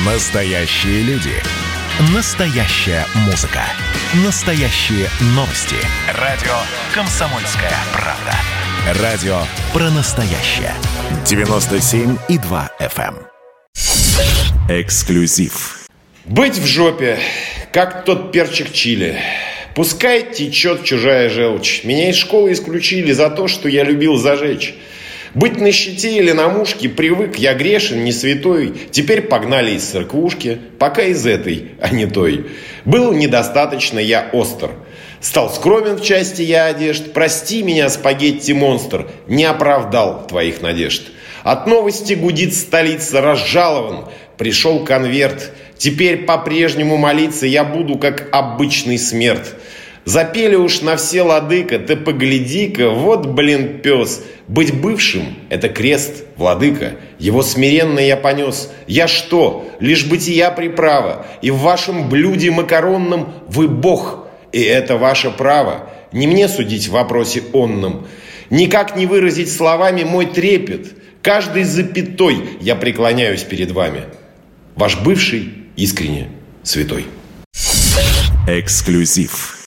Настоящие люди. Настоящая музыка. Настоящие новости. Радио «Комсомольская правда». Радио про настоящее. 97,2 FM. Эксклюзив. Быть в жопе, как тот перчик чили. Пускай течет чужая желчь. Меня из школы исключили за то, что я любил зажечь. Быть на щите или на мушке привык, я грешен, не святой. Теперь погнали из церквушки, пока из этой, а не той. Был недостаточно я остр. Стал скромен в части я одежд. Прости меня, спагетти-монстр, не оправдал твоих надежд. От новости гудит столица, разжалован. Пришел конверт. Теперь по-прежнему молиться я буду, как обычный смерть. Запели уж на все ладыка, ты погляди-ка, вот, блин, пес. Быть бывшим – это крест, владыка. Его смиренно я понес. Я что? Лишь бытия приправа. И в вашем блюде макаронном вы бог. И это ваше право. Не мне судить в вопросе онном. Никак не выразить словами мой трепет. Каждой запятой я преклоняюсь перед вами. Ваш бывший искренне святой. Эксклюзив.